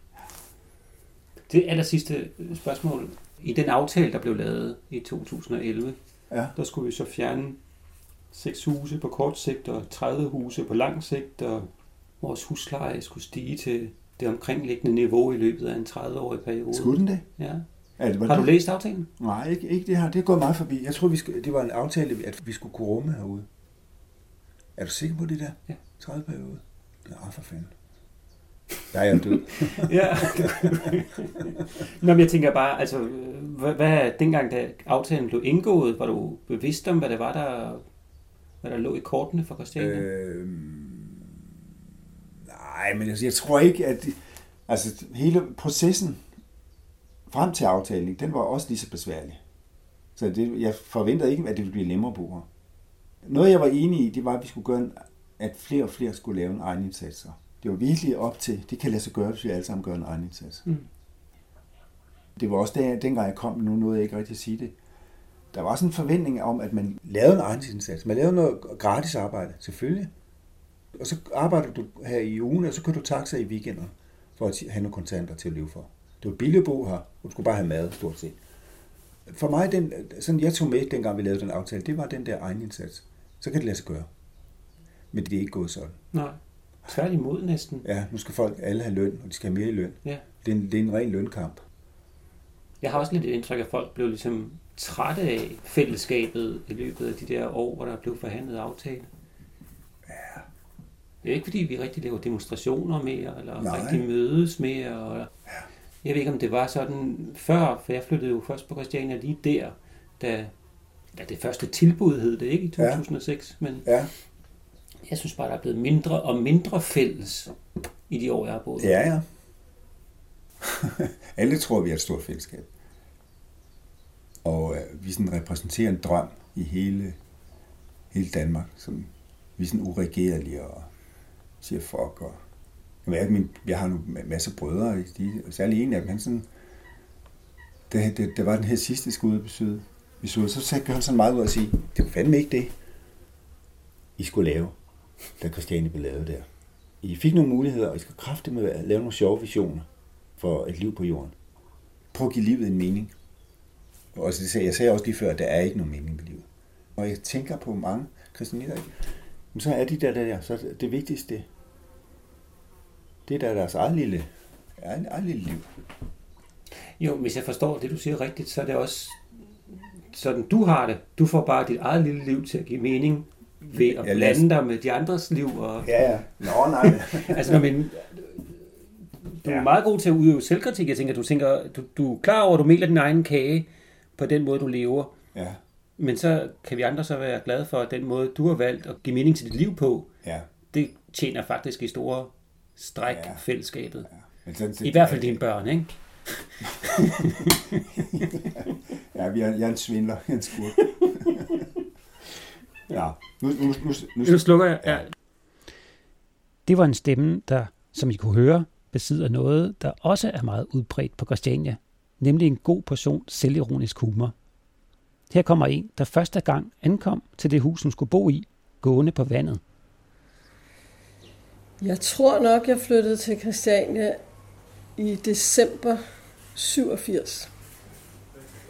Det aller sidste spørgsmål. I den aftale, der blev lavet i to tusind og elleve, ja. Der skulle vi så fjerne seks huse på kort sigt og tredive huse på lang sigt, og vores husleje skulle stige til det omkringliggende niveau i løbet af en tredive-årig periode. Skulle den det? Ja. Ja, det har du det? læst aftalen? Nej, ikke, ikke det her. Det er gået meget forbi. Jeg tror, vi skulle, det var en aftale, at vi skulle kunne rumme herude. Er du sikker på det der? Ja. tredive periode? Ja, for fanden. Der er jeg død. Ja. Nå, men jeg tænker bare, altså, hvad, hvad dengang, da aftalen blev indgået, var du bevidst om, hvad det var, der, hvad der lå i kortene for Christiania? Øh, nej, men altså, jeg tror ikke, at altså, hele processen frem til aftalen, den var også lige så besværlig. Så det, jeg forventede ikke, at det ville blive nemmere på her. Noget, jeg var enig i, det var, at vi skulle gøre, en, at flere og flere skulle lave en egen indsats. Det var virkelig op til, det kan lade sig gøre, hvis vi alle sammen gør en egen indsats. Mm. Det var også der, dengang jeg kom, nu nåede jeg ikke rigtig at sige det. Der var sådan en forventning om, at man lavede en egen indsats. Man lavede noget gratis arbejde, selvfølgelig. Og så arbejder du her i ugen, og så kan du taxa i weekender, for at have nogle kontanter til at leve for. Det var billigt at bo her, og du skulle bare have mad, stort set. For mig, den, sådan jeg tog med, dengang vi lavede den aftale, det var den der egen indsats. Så kan det lade sig gøre. Men det er ikke gået sådan. Nej. Tværtimod næsten. Ja, nu skal folk alle have løn, og de skal have mere i løn. Ja. Det, er en, det er en ren lønkamp. Jeg har også lidt et indtryk, at folk blev ligesom trætte af fællesskabet i løbet af de der år, hvor der blev forhandlet aftale. Ja. Det er ikke fordi, vi rigtig laver demonstrationer mere, eller Nej. rigtig mødes mere. Eller... Ja. Jeg ved ikke, om det var sådan før, for jeg flyttede jo først på Christiania lige der, da, da det første tilbud hed det, ikke? I to tusind og seks. Ja. Men ja. Jeg synes bare, der er blevet mindre og mindre fælles i de år, jeg har boet. Ja, ja. Alle tror, vi er et stort fællesskab. Og øh, vi sådan repræsenterer en drøm i hele, hele Danmark. Som vi er sådan uregerlige og siger fuck. Og, jeg, min, jeg har en masse brødre, de, og særlig en af dem, han sådan, det, det, det var den her sidste skud besøg. Vi så, så sagde han sådan meget ud og sige, det var fandme ikke det, I skulle lave, da Christiania blev lavet der. I fik nogle muligheder, og I skal kræfte med at lave nogle sjove visioner for et liv på jorden. Prøv at give livet en mening. Og jeg sagde også lige før, at der er ikke nogen mening med livet. Og jeg tænker på mange kristianitter, men så er de der, der, så det vigtigste, det er der deres eget lille, eget lille liv. Jo, hvis jeg forstår det, du siger rigtigt, så er det også sådan, du har det. Du får bare dit eget lille liv til at give mening ved at blande dig med de andres liv. Og... Ja, ja. Nå, nej. altså, når man... Du er ja. meget god til at udøve selvkritik. Jeg tænker, du tænker, du, du er klar over, at du meler din egen kage på den måde, du lever. Ja. Men så kan vi andre så være glade for, at den måde, du har valgt at give mening til dit liv på, ja. det tjener faktisk i store stræk ja. fællesskabet. Ja. Men så, så, I hvert fald dine børn, ikke? ja, jeg er, jeg er en svindler, jeg er en skurk. ja, nu, nu, nu, nu, nu slukker jeg. Ja. Det var en stemme, der, som I kunne høre, besidder noget, der også er meget udbredt på Christiania, nemlig en god portion selvironisk humor. Her kommer en, der første gang ankom til det hus, hun skulle bo i, gående på vandet. Jeg tror nok, jeg flyttede til Christiania i december syvogfirs.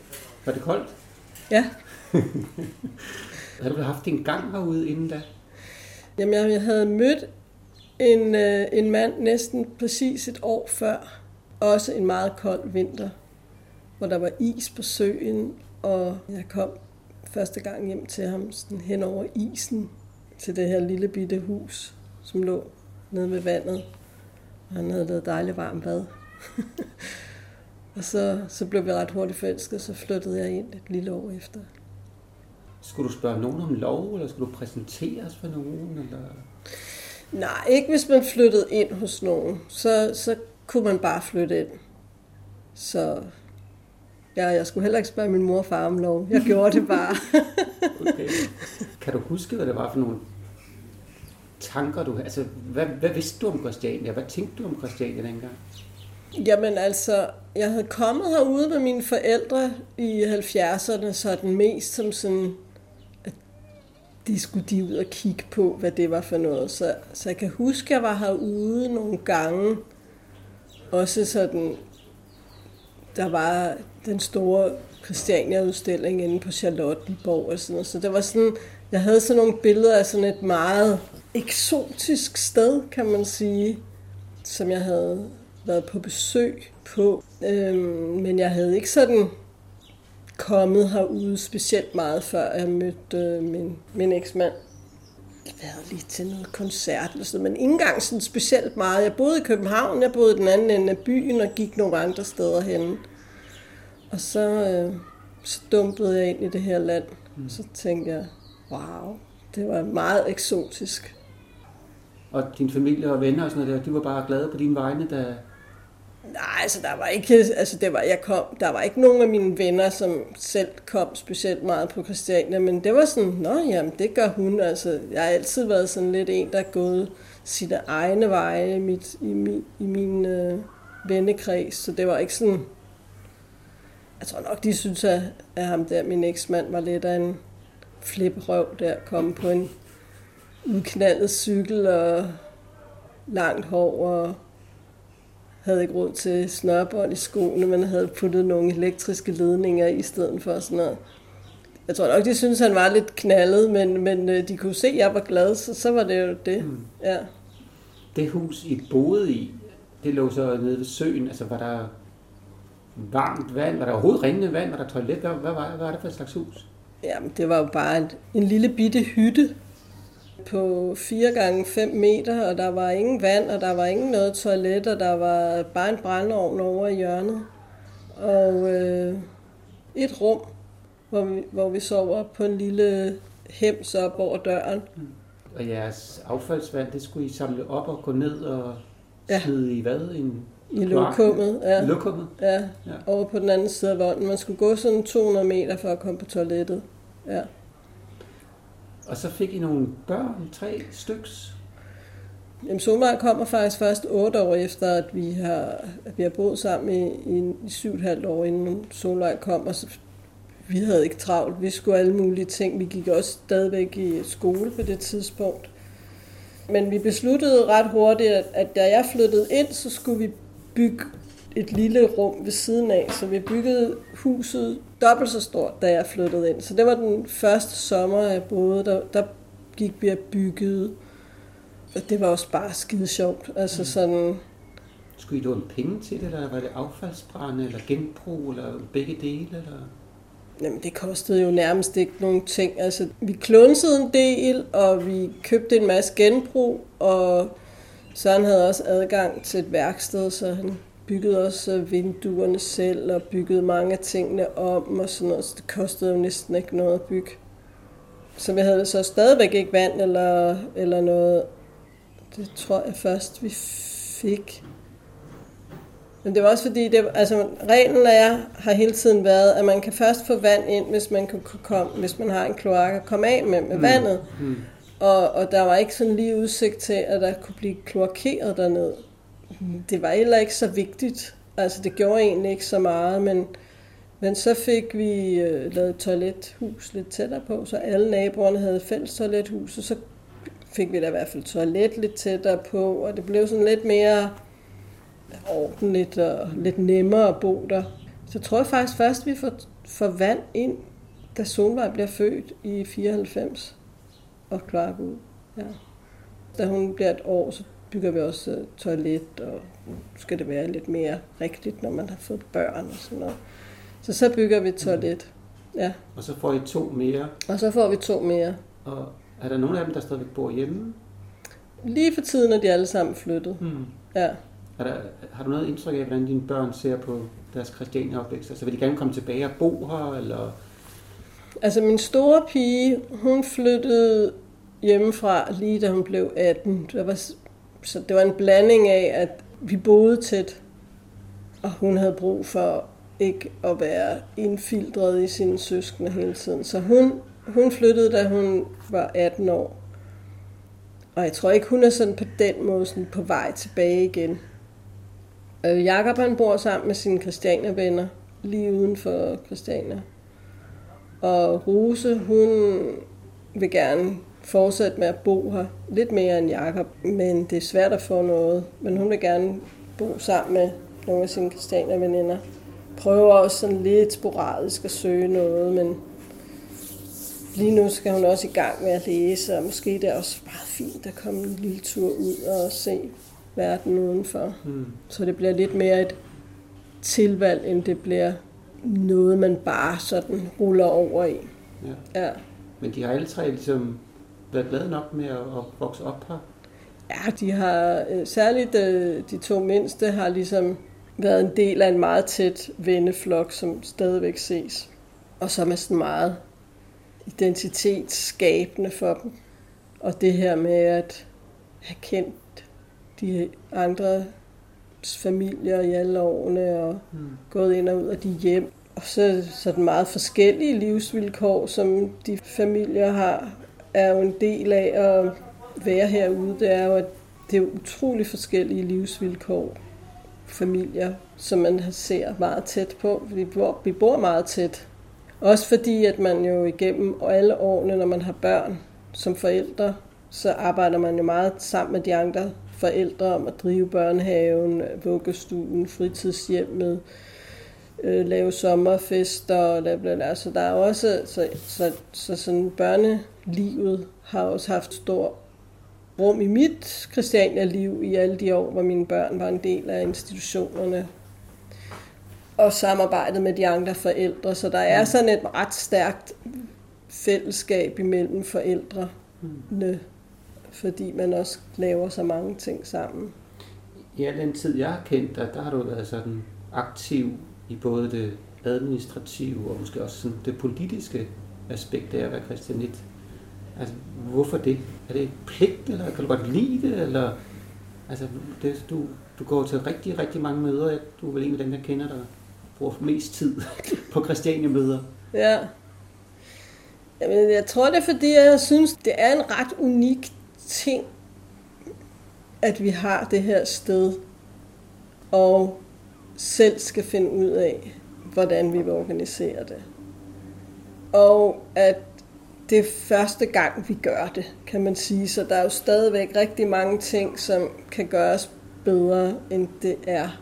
Var det koldt? Ja. Har du haft en gang herude inden da? Jamen, jeg havde mødt en, øh, en mand næsten præcis et år før. Også en meget kold vinter, hvor der var is på søen, og jeg kom første gang hjem til ham sådan hen over isen til det her lille bitte hus, som lå nede ved vandet. Og han havde lavet dejligt varmt bad. Og så, så blev vi ret hurtigt forelsket, så flyttede jeg ind et lille år efter. Skulle du spørge nogen om lov, eller skulle du præsenteres for nogen? Eller? Nej, ikke hvis man flyttede ind hos nogen. Så, så kunne man bare flytte ind. Så ja, jeg skulle heller ikke spørge min mor og far om lov. Jeg gjorde det bare. Okay. Kan du huske, hvad det var for nogle tanker, du havde? Altså, hvad, hvad vidste du om Christiania? Hvad tænkte du om Christiania dengang? Jamen altså, jeg havde kommet herude med mine forældre i halvfjerdserne, så den mest som sådan, at de skulle de ud og kigge på, hvad det var for noget. Så, så jeg kan huske, at jeg var herude nogle gange, også sådan, der var den store Christiania-udstilling inde på Charlottenborg og sådan noget. Så det var sådan, jeg havde sådan nogle billeder af sådan et meget eksotisk sted, kan man sige, som jeg havde været på besøg på. Øhm, men jeg havde ikke sådan kommet herude specielt meget, før jeg mødte øh, min, min eksmand. Jeg havde lige til noget koncert eller sådan, men ikke engang sådan specielt meget. Jeg boede i København, jeg boede i den anden ende af byen og gik nogle andre steder hen. Og så, øh, så dumpede jeg ind i det her land. Mm. Så tænkte jeg, wow, det var meget eksotisk. Og din familie og venner og sådan noget der, de var bare glade på dine vegne, da... Nej, altså der var ikke, altså det var, jeg kom, der var ikke nogen af mine venner, som selv kom specielt meget på Christiania, men det var sådan, nå jamen, det gør hun, altså jeg har altid været sådan lidt en, der er gået sine egne veje i, mit, i min, i min øh, vennekreds, så det var ikke sådan, jeg tror nok, de synes, at, at ham der, min eksmand, var lidt af en fliprøv der, kom på en udknaldet cykel og langt hår og havde ikke råd til snørbånd i skoene, men havde puttet nogle elektriske ledninger i stedet for sådan noget. Jeg tror nok, de synes han var lidt knaldet, men, men de kunne se, at jeg var glad, så, så var det jo det. Mm. Ja. Det hus, I boede i, det lå så nede ved søen. Altså, var der varmt vand? Var der overhovedet rindende vand? Var der toilet? Hvad, hvad, var, hvad var det for et slags hus? Jamen, det var jo bare en, en lille bitte hytte på fire gange fem meter, og der var ingen vand, og der var ingen noget toilet, og der var bare en brændeovn over i hjørnet. Og øh, et rum, hvor vi, hvor vi sover på en lille hems op over døren. Mm. Og jeres affaldsvand, det skulle I samle op og gå ned og smide ja. i hvad? En I lokummet, ja. Lokummet? Ja, ja, over på den anden side af volden. Man skulle gå sådan to hundrede meter for at komme på toilettet. Ja. Og så fik I nogle børn, tre styks? Jamen, Solvej kommer faktisk først otte år efter, at vi har, at vi har boet sammen i, i, i syv og et halvt år, inden Solvej kom. Og så, vi havde ikke travlt. Vi skulle alle mulige ting. Vi gik også stadigvæk i skole på det tidspunkt. Men vi besluttede ret hurtigt, at, at da jeg flyttede ind, så skulle vi bygge et lille rum ved siden af. Så vi byggede huset dobbelt så stort, da jeg flyttede ind. Så det var den første sommer, jeg boede. Der, der gik vi og byggede. Og det var også bare skide sjovt. Altså sådan... Skulle I låne penge til det, eller var det affaldsbrænde, eller genbrug, eller begge dele? Eller? Jamen, det kostede jo nærmest ikke nogen ting. Altså, vi klunsede en del, og vi købte en masse genbrug, og Søren havde også adgang til et værksted, så han byggede også vinduerne selv, og byggede mange af tingene om, og sådan noget. Så det kostede jo næsten ikke noget at bygge. Så vi havde så stadigvæk ikke vand eller, eller noget. Det tror jeg først, vi fik. Men det var også fordi, det, altså, reglen er, har hele tiden været, at man kan først få vand ind, hvis man, kan komme, hvis man har en kloak at komme af med, med mm. vandet. Mm. Og, og der var ikke sådan lige udsigt til, at der kunne blive kloakeret derned. Det var heller ikke så vigtigt. Altså, det gjorde egentlig ikke så meget, men, men så fik vi øh, lavet et toilethus lidt tættere på, så alle naboerne havde fælles toilethus, og så fik vi da i hvert fald toilet lidt tættere på, og det blev sådan lidt mere ordentligt og lidt nemmere at bo der. Så tror jeg faktisk først, vi får vand ind, da Solvej bliver født i fireoghalvfems og Clark ud. Ja. Da hun bliver et år, så bygger vi også toilet, og nu skal det være lidt mere rigtigt, når man har fået børn og sådan noget. Så så bygger vi toilet. Ja. Og så får I to mere. Og så får vi to mere. Og er der nogen af dem, der stadigvæk bor hjemme? Lige for tiden er de alle sammen flyttet. Hmm. Ja. Er der, har du noget indtryk af, hvordan dine børn ser på deres Christiania-opvækst? Altså vil de gerne komme tilbage og bo her, eller? Altså min store pige, hun flyttede hjemmefra lige da hun blev atten. Det var, så det var en blanding af, at vi boede tæt, og hun havde brug for ikke at være indfiltret i sine søskende hele tiden. Så hun, hun flyttede, da hun var atten år. Og jeg tror ikke, hun er sådan på den måde sådan på vej tilbage igen. Øh, Jakob han bor sammen med sine Christiania-venner lige uden for Christiania. Og Rose, hun vil gerne fortsætte med at bo her. Lidt mere end Jakob, men det er svært at få noget. Men hun vil gerne bo sammen med nogle af sine Christiania-veninder. Prøver også sådan lidt sporadisk at søge noget, men lige nu skal hun også i gang med at læse, og måske det er også bare fint at komme en lille tur ud og se verden udenfor. Mm. Så det bliver lidt mere et tilvalg, end det bliver noget, man bare sådan ruller over i. Ja. Ja. Men de har alle tre ligesom været glade nok med at vokse op her? Ja, de har, særligt de to mindste, har ligesom været en del af en meget tæt venneflok, som stadigvæk ses. Og som er sådan meget identitetsskabende for dem. Og det her med at have kendt de andre familier i alle årene og mm. gået ind og ud af de hjem. Og så sådan meget forskellige livsvilkår, som de familier har, er jo en del af at være herude. Det er jo, at det er utrolig forskellige livsvilkår, familier, som man ser meget tæt på. Vi bor, vi bor meget tæt. Også fordi, at man jo igennem alle årene, når man har børn som forældre, så arbejder man jo meget sammen med de andre forældre om at drive børnehaven, vuggestuen, fritidshjemmet, øh, lave sommerfester og bla bla bla. Så der er også, så, så, så sådan børnelivet har også haft stor rum i mit Christiania-liv i alle de år, hvor mine børn var en del af institutionerne og samarbejdet med de andre forældre. Så der er sådan et ret stærkt fællesskab imellem forældrene, mm. fordi man også laver så mange ting sammen. I al den tid, jeg har kendt dig, der har du været sådan aktiv i både det administrative og måske også sådan det politiske aspekt af at være christianit. Altså, hvorfor det? Er det pligt, eller kan du godt lide det? Eller, altså, det, du, du går til rigtig, rigtig mange møder. Du er vel en af dem, jeg kender, der bruger mest tid på Christiania-møder. Ja. Jamen, jeg tror, det er, fordi jeg synes, det er en ret unik ting, at vi har det her sted, og selv skal finde ud af, hvordan vi vil organisere det. Og at det er første gang, vi gør det, kan man sige. Så der er jo stadigvæk rigtig mange ting, som kan gøres bedre, end det er.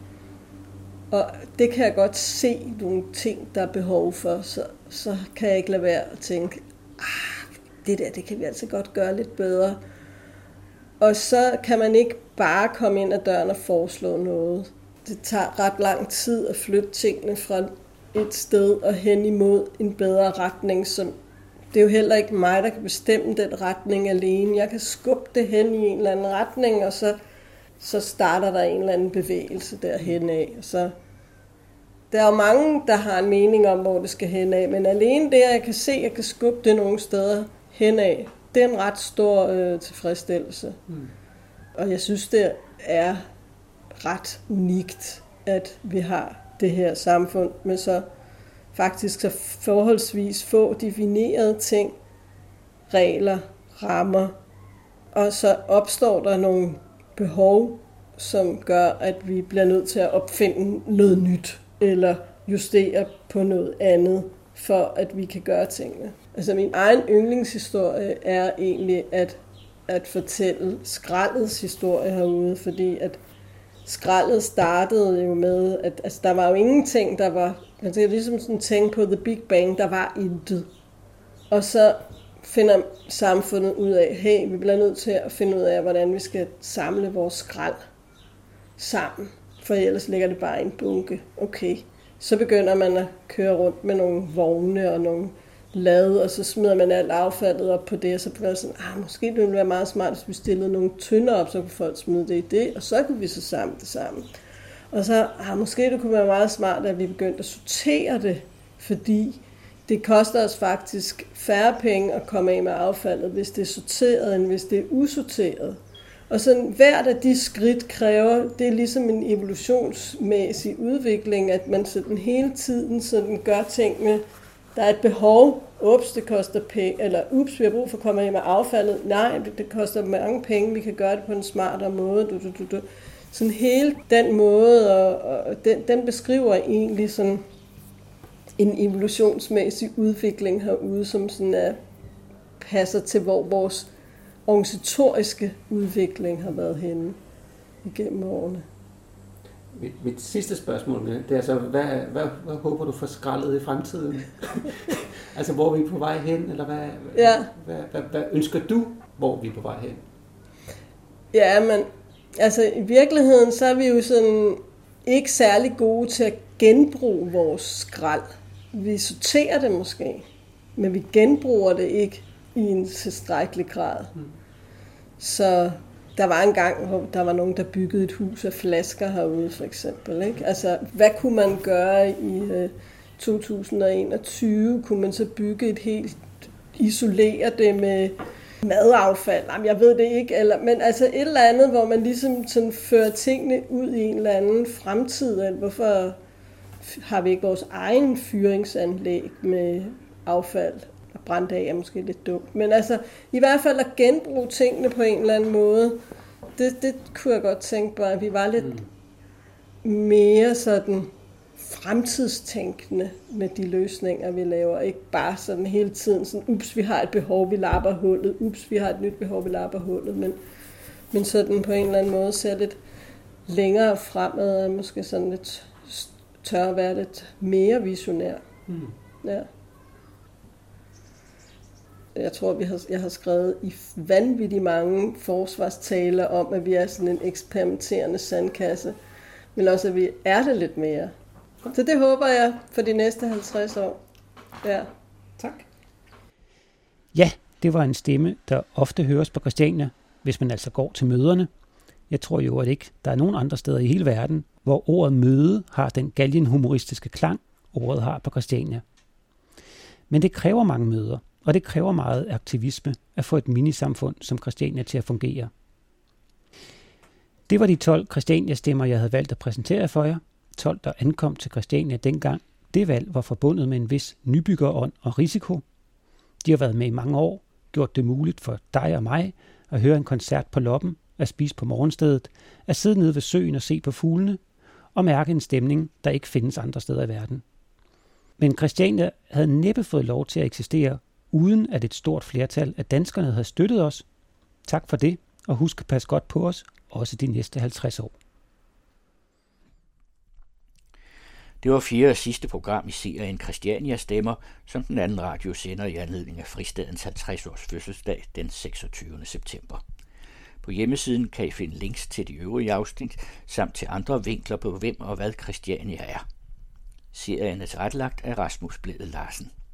Og det kan jeg godt se nogle ting, der er behov for, så, så kan jeg ikke lade være at tænke, ah, det der, det kan vi altså godt gøre lidt bedre. Og så kan man ikke bare komme ind ad døren og foreslå noget. Det tager ret lang tid at flytte tingene fra et sted og hen imod en bedre retning, som det er jo heller ikke mig, der kan bestemme den retning alene. Jeg kan skubbe det hen i en eller anden retning, og så, så starter der en eller anden bevægelse derhen af. Så der er jo mange, der har en mening om, hvor det skal hen af, men alene det, at jeg kan se, at jeg kan skubbe det nogle steder hen af, det er en ret stor øh, tilfredsstillelse. Mm. Og jeg synes, det er ret unikt, at vi har det her samfund med så faktisk så forholdsvis få definerede ting, regler, rammer, og så opstår der nogle behov, som gør, at vi bliver nødt til at opfinde noget nyt, eller justere på noget andet, for at vi kan gøre tingene. Altså min egen yndlingshistorie er egentlig at, at fortælle skraldets historie herude, fordi at skraldet startede jo med, at altså, der var jo ingenting, der var, man skal ligesom sådan tænke på The Big Bang, der var intet. Og så finder samfundet ud af, hey, vi bliver nødt til at finde ud af, hvordan vi skal samle vores skrald sammen, for ellers ligger det bare i en bunke. Okay, så begynder man at køre rundt med nogle vogne og nogle lad, og så smider man alt affaldet op på det, og så bliver det sådan, ah, måske det ville være meget smart, hvis vi stillede nogle tønder op, så kunne folk smide det i det, og så kunne vi så samle det sammen. Og så, ah, måske det kunne være meget smart, at vi begyndte at sortere det, fordi det koster os faktisk færre penge at komme af med affaldet, hvis det er sorteret, end hvis det er usorteret. Og sådan hvert af de skridt kræver, det er ligesom en evolutionsmæssig udvikling, at man sådan hele tiden sådan gør tingene. Der er et behov, ups, det koster penge, eller ups, vi har brug for at komme af med affaldet. Nej, det koster mange penge, vi kan gøre det på en smartere måde. Du, du, du, du. Sådan hele den måde, og, og den, den beskriver egentlig sådan en evolutionsmæssig udvikling herude, som sådan er, passer til, hvor vores organisatoriske udvikling har været henne igennem årene. Mit, mit sidste spørgsmål, det er så, hvad, hvad, hvad håber du for skraldet i fremtiden? Altså, hvor er vi på vej hen, eller hvad, ja. hvad, hvad, hvad ønsker du, hvor vi er på vej hen? Ja, men altså i virkeligheden, så er vi jo sådan ikke særlig gode til at genbruge vores skrald. Vi sorterer det måske, men vi genbruger det ikke i en tilstrækkelig grad. Mm. Så der var en gang, hvor der var nogen, der byggede et hus af flasker herude, for eksempel. Ikke? Altså, hvad kunne man gøre i øh, to tusind og enogtyve? Kunne man så bygge et helt, isolere det med madaffald? Jamen, jeg ved det ikke. Eller, men altså et eller andet, hvor man ligesom sådan fører tingene ud i en eller anden fremtid. Eller hvorfor har vi ikke vores egen fyringsanlæg med affald? Brændt af er måske lidt dumt. Men altså, i hvert fald at genbruge tingene på en eller anden måde, det, det kunne jeg godt tænke på, at vi var lidt mm. mere sådan fremtidstænkende med de løsninger, vi laver. Ikke bare sådan hele tiden sådan, ups, vi har et behov, vi lapper hullet, ups, vi har et nyt behov, vi lapper hullet, men, men sådan på en eller anden måde ser lidt længere fremad, og måske sådan lidt tør at være lidt mere visionær. Mm. Ja. Jeg tror, vi har, jeg har skrevet i vanvittigt mange forsvarstaler om, at vi er sådan en eksperimenterende sandkasse, men også, at vi er det lidt mere. Så det håber jeg for de næste halvtreds år. Ja. Tak. Ja, det var en stemme, der ofte høres på Christiania, hvis man altså går til møderne. Jeg tror jo, at ikke der er nogen andre steder i hele verden, hvor ordet møde har den galgenhumoristiske klang, ordet har på Christiania. Men det kræver mange møder. Og det kræver meget aktivisme at få et minisamfund som Christiania til at fungere. Det var de tolv Christiania-stemmer, jeg havde valgt at præsentere for jer. tolv, der ankom til Christiania dengang. Det valg var forbundet med en vis nybyggerånd og risiko. De har været med i mange år, gjort det muligt for dig og mig at høre en koncert på loppen, at spise på morgenstedet, at sidde nede ved søen og se på fuglene, og mærke en stemning, der ikke findes andre steder i verden. Men Christiania havde næppe fået lov til at eksistere, uden at et stort flertal af danskerne havde støttet os. Tak for det, og husk at passe godt på os, også de næste halvtreds år. Det var fjerde og sidste program i serien Christiania Stemmer, som den anden radio sender i anledning af Fristadens halvtreds års fødselsdag den seksogtyvende september. På hjemmesiden kan I finde links til de øvrige afsnit, samt til andre vinkler på hvem og hvad Christiania er. Serien er tilrettelagt af Rasmus Blædel Larsen.